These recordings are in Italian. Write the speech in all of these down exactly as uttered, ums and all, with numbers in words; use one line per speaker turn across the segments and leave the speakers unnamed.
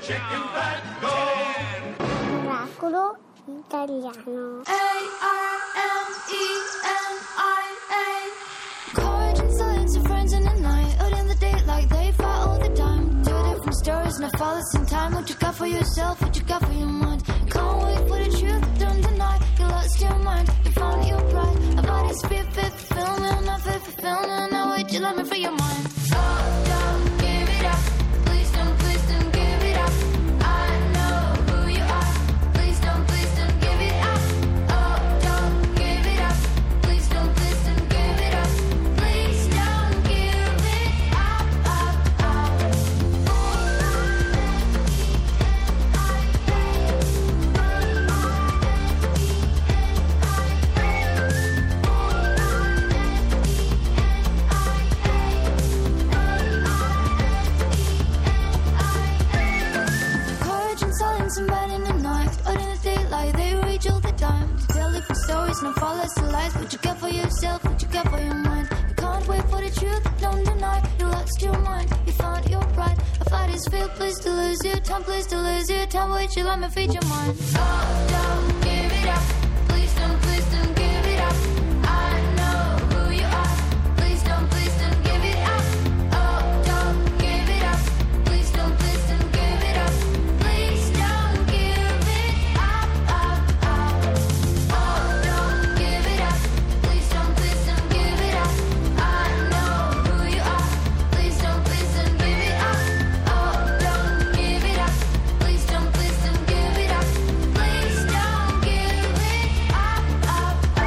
chicken fat, go!
Oracolo italiano.
A R M E N I A. Courage and silence of friends in the night, out in the daylight, they fight all the time. Two different stories, no fallacy in time. What you got for yourself, what you got for your mind. Can't wait for the truth, don't deny. You lost your mind, you found your pride. A body's fit, fit for filming, not fit for filming. Now wait, you love me for your mind. Oh, don't give it up. Please don't, please don't give it up. I know who you are. Please don't, please don't give it up. Oh, don't give it up. Please don't, please don't give it up. Please don't give it up, up, up. Courage and silence and bad in the night, out in the daylight, they rage all the time. Tell different stories, no follows the lies. What you got for yourself, what you got for your mind. You can't wait for the truth, don't deny. You lost your mind, you found your pride. A fight is fair, please to lose your time, please to lose your time. Wait, you let me feed your mind. Oh, don't give it up. Please don't, please don't give it up. I know who you are. Please don't, please don't give it up. Oh, don't give it up. Please don't, please don't give it up. Please don't give it up, up, up. Oh, don't give it up. Please don't, please don't give it up. I know who you are. Please don't, please don't give it up. Oh, don't give it up. Please don't, please don't give it up. Please don't give it up, up,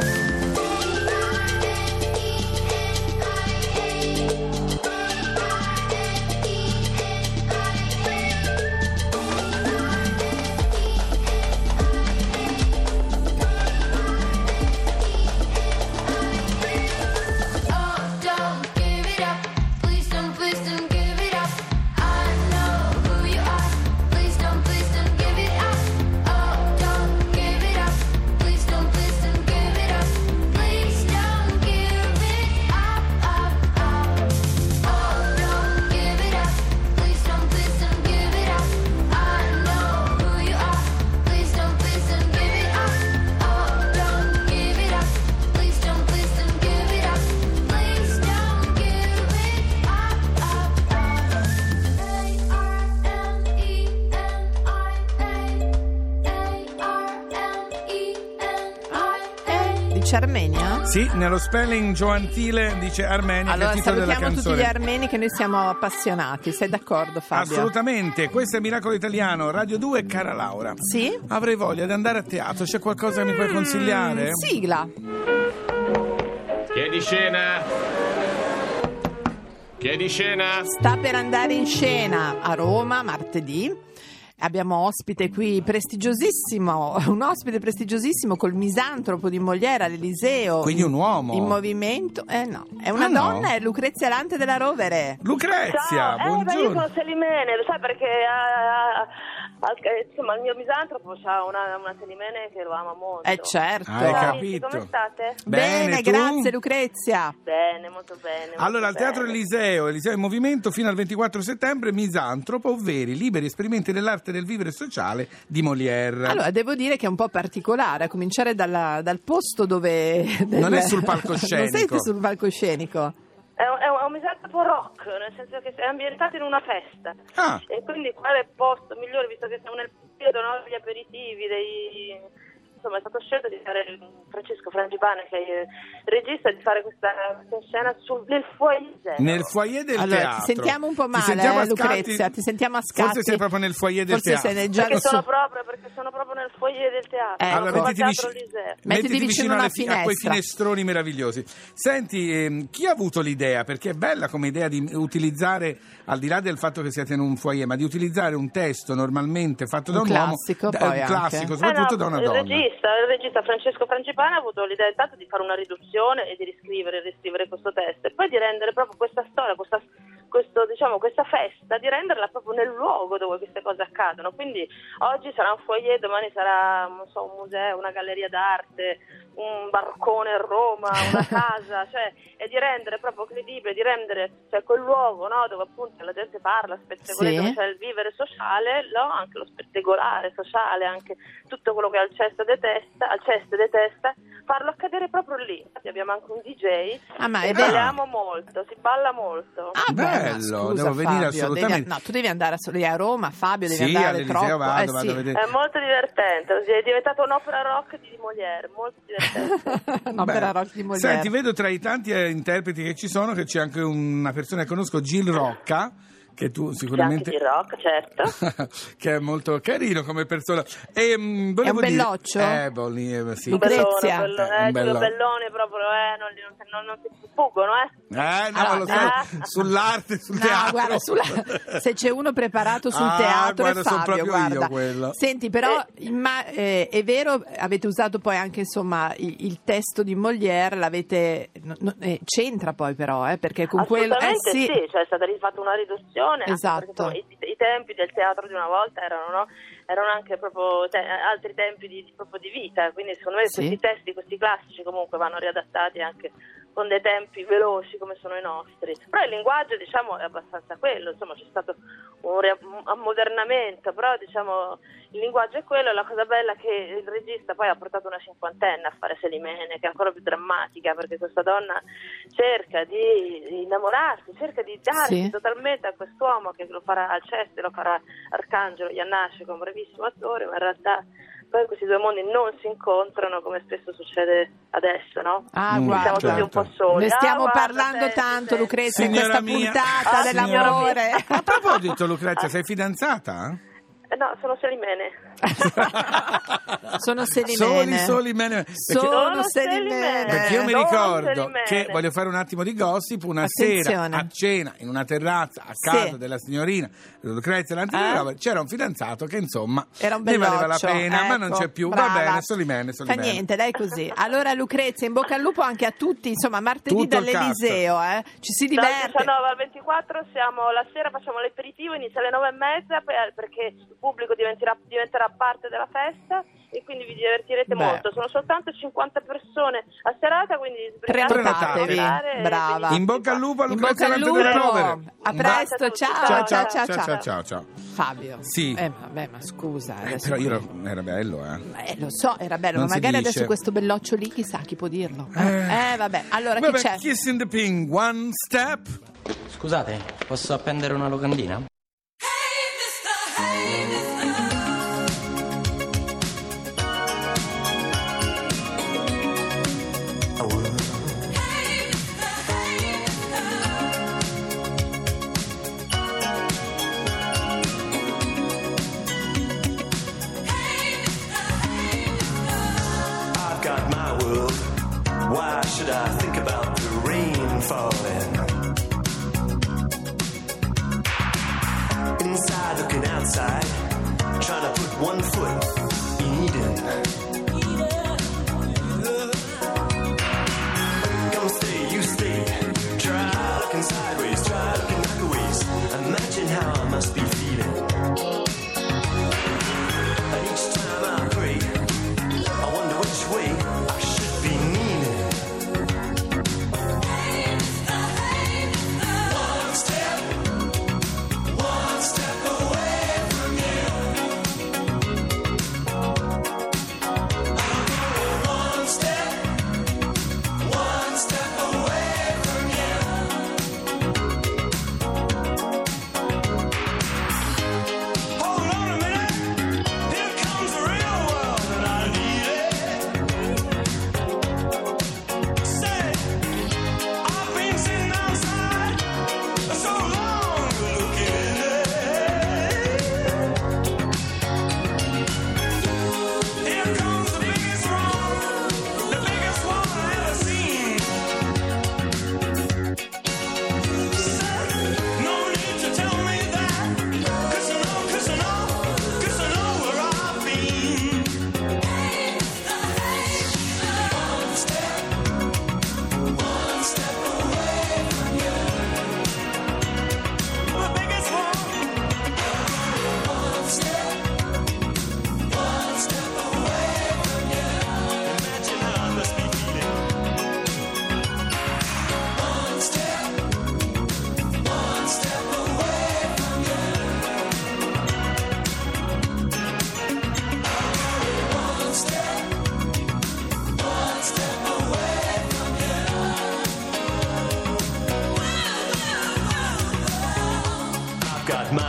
Oh, don't give it up. Please don't, please don't give it up. I know who you are. Please don't, please don't give it up. Oh, don't give it up. Please don't, please don't give it up. Please don't give it up, up, up. Oh, don't give it up. Please don't, please don't give it up. I know who you are. Please don't, please don't give it up. Oh, don't give it up. Please don't, please don't give it up. Please don't give it up, up, up. A R M E N I A. A R M E N I A.
Dice Armenia?
Sì, nello spelling giovantile dice Armenia,
Allora
che è il titolo della
salutiamo tutti
canzone.
gli armeni che noi siamo appassionati. Sei d'accordo, Fabio?
Assolutamente, questo è Miracolo Italiano, Radio due, cara Laura.
Sì?
Avrei voglia di andare a teatro, c'è qualcosa che mi puoi consigliare?
Sigla.
Chi è di scena? Chi è di scena?
Sta per andare in scena a Roma martedì. Abbiamo ospite qui prestigiosissimo, un ospite prestigiosissimo col misantropo di Molière all'Eliseo.
Quindi un uomo.
In movimento. Eh no, è una
Ah, no?
donna, è Lucrezia Lante della Rovere.
Lucrezia,
Ciao, eh, beh, io
buongiorno.
sono Selimene, lo sai perché ah, ah, ah, insomma il mio misantropo ha una, una Selimene che lo ama molto.
Eh certo.
Hai
Ciao,
capito.
amici, come state?
Bene, tu?
grazie Lucrezia.
Bene, molto bene. molto
Allora, al Teatro
bene.
Eliseo, Eliseo in movimento fino al ventiquattro settembre, Misantropo, ovvero i liberi esperimenti dell'arte del vivere sociale di Molière.
Allora, devo dire che è un po' particolare, a cominciare dalla- dal posto dove...
Non è sul palcoscenico.
Non sei sul palcoscenico.
È un, è un- è un misantropo rock, nel senso che è ambientato in una festa.
Ah.
E quindi quale posto migliore, visto che siamo nel periodo, no, degli aperitivi, dei... Insomma, è stato scelto di fare Francesco Frangipane, che è il regista, di fare questa, questa scena sul, nel foyer.
Nel foyer del
Allora,
teatro.
ti sentiamo un po'
Ti
male,
sentiamo a
eh, Lucrezia,
scatti?
ti sentiamo a scatti.
Forse sei proprio nel foyer del
Forse
teatro.
sei nel già
Perché
lo
sono,
so-
proprio, perché sono proprio nel foyer del teatro.
Ecco.
Sono
Allora,
proprio al
mettiti,
Teatro
vici-
Eliseo.
Mettiti vicino
alle
alla
fi- a quei
finestra.
finestroni meravigliosi. Senti, ehm, chi ha avuto l'idea? Perché è bella come idea di utilizzare, al di là del fatto che siete in un foyer, ma di utilizzare un testo normalmente fatto da
Un
un,
classico,
uomo,
poi
un
anche.
classico,
Eh
soprattutto
no,
da una
il
donna.
regista, il regista Francesco Frangipane ha avuto l'idea intanto di fare una riduzione e di riscrivere e riscrivere questo testo e poi di rendere proprio questa storia, questa questo, diciamo, questa festa, di renderla proprio nel luogo dove queste cose accadono. Quindi oggi sarà un foyer, domani sarà, non so, un museo, una galleria d'arte, un barcone a Roma, una casa, cioè, e di rendere proprio credibile, di rendere, cioè, quel luogo, no, dove appunto la gente parla, spettegolare,
Sì.
dove c'è il vivere sociale, no, anche lo spettegolare sociale, anche tutto quello che al cesto detesta, al cesto detesta, farlo accadere proprio lì. Infatti abbiamo anche un D J,
Ah, ma
e
è vero.
balliamo molto, si balla molto.
Ah, beh, ma
Bello,
scusa,
devo venire
Fabio,
assolutamente.
devi- no, tu devi andare a, lì a Roma, Fabio, devi
Sì,
andare
all'Eliseo
troppo.
vado,
eh,
vado
sì.
a vedere.
È molto divertente, è diventato un'opera rock di Molière, molto divertente.
no, per
Beh,
Rock di Molière.
Senti, vedo tra i tanti eh, interpreti che ci sono che c'è anche una persona che conosco, Gil Rocca, che tu sicuramente
C'è anche di rock, certo.
che è molto carino come persona. E, mh, volevo
È un
dire-
belloccio?
Eh, boh, lì, eh, sì.
Lucrezia.
Bellone, bello-
Eh, un
eh,
bello-
quello bellone proprio, eh, non, li- non, non si fuggono, eh.
Eh, no,
Allora,
lo sai,
eh.
sull'arte, sul
No,
teatro.
guarda, sulla- se c'è uno preparato sul
Ah,
teatro
guarda,
è
sono
Fabio,
proprio io
guarda.
quello.
Senti, però imma- eh, è vero, avete usato poi anche insomma il, il testo di Molière, l'avete no, no, eh, c'entra poi però, eh, perché con quello eh,
Assolutamente
sì,
sì, cioè è stata rifatta una riduzione, anche
Esatto.
perché, insomma, i, i tempi del teatro di una volta erano, no? erano anche proprio te- altri tempi di, di- proprio di vita, quindi secondo me
Sì.
questi testi, questi classici comunque vanno riadattati anche con dei tempi veloci come sono i nostri, però il linguaggio, diciamo, è abbastanza quello, insomma c'è stato un, ria- un ammodernamento, però diciamo il linguaggio è quello. La cosa bella è che il regista poi ha portato una cinquantenne a fare Selimene, che è ancora più drammatica, perché questa donna cerca di, di innamorarsi, cerca di darsi
Sì.
totalmente a quest'uomo che lo farà Alceste, lo farà Arcangelo Iannacci, che è un bravissimo attore, ma in realtà poi questi due mondi non si incontrano come spesso succede adesso, no?
Ah,
Mm,
Siamo
guarda,
tutti un po'
certo.
soli.
ne stiamo
Ah, guarda,
parlando
senti,
tanto,
senti.
Lucrezia, in
Signora
questa
mia.
puntata
Ah,
dell'amore.
A proposito, Lucrezia, sei fidanzata?
Eh, no, sono Selimene.
Sono
Soli,
Selimene.
soli, mene. Perché,
Sono
Sono
Selimene.
Selimene.
perché io mi
non
ricordo
Selimene.
che voglio fare un attimo di gossip. Una
Attenzione.
sera a cena in una terrazza a casa
Sì.
della signorina Lucrezia Lanzini,
Eh?
c'era un fidanzato che insomma
Era un
ne valeva la
belloccio,
pena, ma non
ecco,
c'è più.
brava.
Va bene, Solimene,
Fa
Solimene.
niente, dai così. Allora Lucrezia, in bocca al lupo anche a tutti, insomma, martedì
Tutto il
dall'Eliseo, eh. Ci si
Dal
diverte.
diciannove al ventiquattro siamo la sera, facciamo l'aperitivo, inizia alle nove e mezza per- perché il pubblico diventerà, diventerà parte della festa e quindi vi divertirete
Beh.
molto. Sono soltanto cinquanta persone a serata, quindi sbrigatevi a
Prenotatevi.
prenotare e
Brava.
venite.
In bocca al lupo a
In
Lucrezia
bocca al
Lanzini da
lupo.
Rovere.
A
Un
presto,
bacio a tutti.
ciao,
Ciao,
ciao,
ciao,
ciao,
ciao, ciao, ciao.
Fabio.
Sì.
Eh, vabbè, ma scusa.
Eh,
adesso
però io
qui-
ero- era bello, eh.
Eh, lo so, era bello,
Non
ma
si
magari
dice.
adesso questo belloccio lì, chissà chi può dirlo. Eh,
Eh.
Eh, vabbè, allora
Vabbè,
chi c'è?
Kiss in the Ping, One Step.
Scusate, posso appendere una locandina?
I've got my world. Why should I think about the rain falling? Inside looking outside, trying to put one foot in Eden. Come stay, you stay. Try looking sideways, try looking backwards. Imagine how I must be feeling. And each time I pray, I wonder which way I should be kneeling. One step, one step away from you.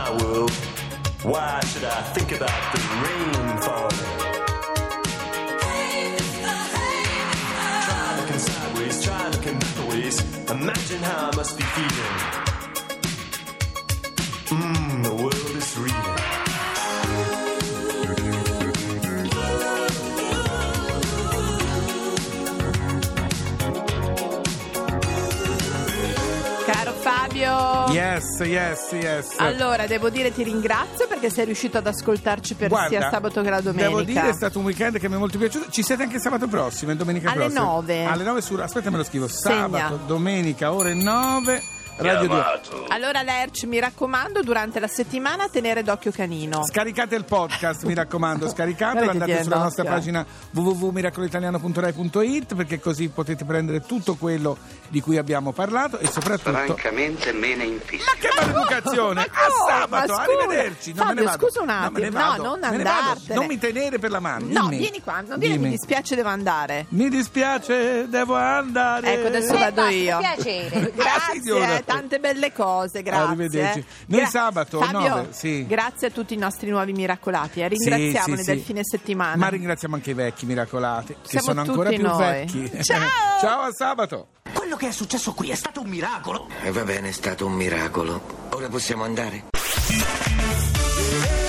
my world. Why should I think about the rain falling? Try looking sideways, try looking backwards. Imagine how I must be feeling. Mmm, the world is reading.
Caro Fabio.
Yes, yes, yes.
Allora, devo dire ti ringrazio perché sei riuscito ad ascoltarci per
Guarda,
sia sabato che la domenica.
Devo dire è stato un weekend che mi è molto piaciuto. Ci siete anche sabato prossimo e domenica
Alle
prossima?
nove.
Alle nove su... Aspetta, me lo scrivo.
Segna.
Sabato, domenica, ore nove. Radio due.
Allora Lerch, mi raccomando, durante la settimana tenere d'occhio Canino.
Scaricate il podcast, mi raccomando, scaricatelo,
Guarda che
andate
ti
sulla
è
nostra
d'occhio,
pagina w w w punto miracolo italiano punto rai punto it perché così potete prendere tutto quello di cui abbiamo parlato e soprattutto...
Francamente me ne infischio.
Ma che maleducazione!
Ma
A
come?
sabato,
Ma scusa.
arrivederci! Non me ne
Fabio,
vado.
scusa un
No, me ne
attimo. No,
vado.
non
Me ne vado.
andartene.
Non mi tenere per la mano.
No,
dimmi.
vieni qua, non vieni,
Dimmi.
mi dispiace, devo andare.
Mi dispiace, devo andare.
Ecco, adesso vado io.
piacere.
Ah, signora.
Grazie, tante belle cose, grazie.
Arrivederci. Noi sabato,
Fabio,
nove, sì.
grazie a tutti i nostri nuovi miracolati, eh, ringraziamoli
Sì, sì,
del
sì.
fine settimana.
Ma ringraziamo anche i vecchi miracolati, che
Siamo
sono ancora
tutti
più
noi.
vecchi.
Ciao!
Ciao, a sabato!
Quello che è successo qui è stato un miracolo. E va bene, è stato un miracolo. Ora possiamo andare?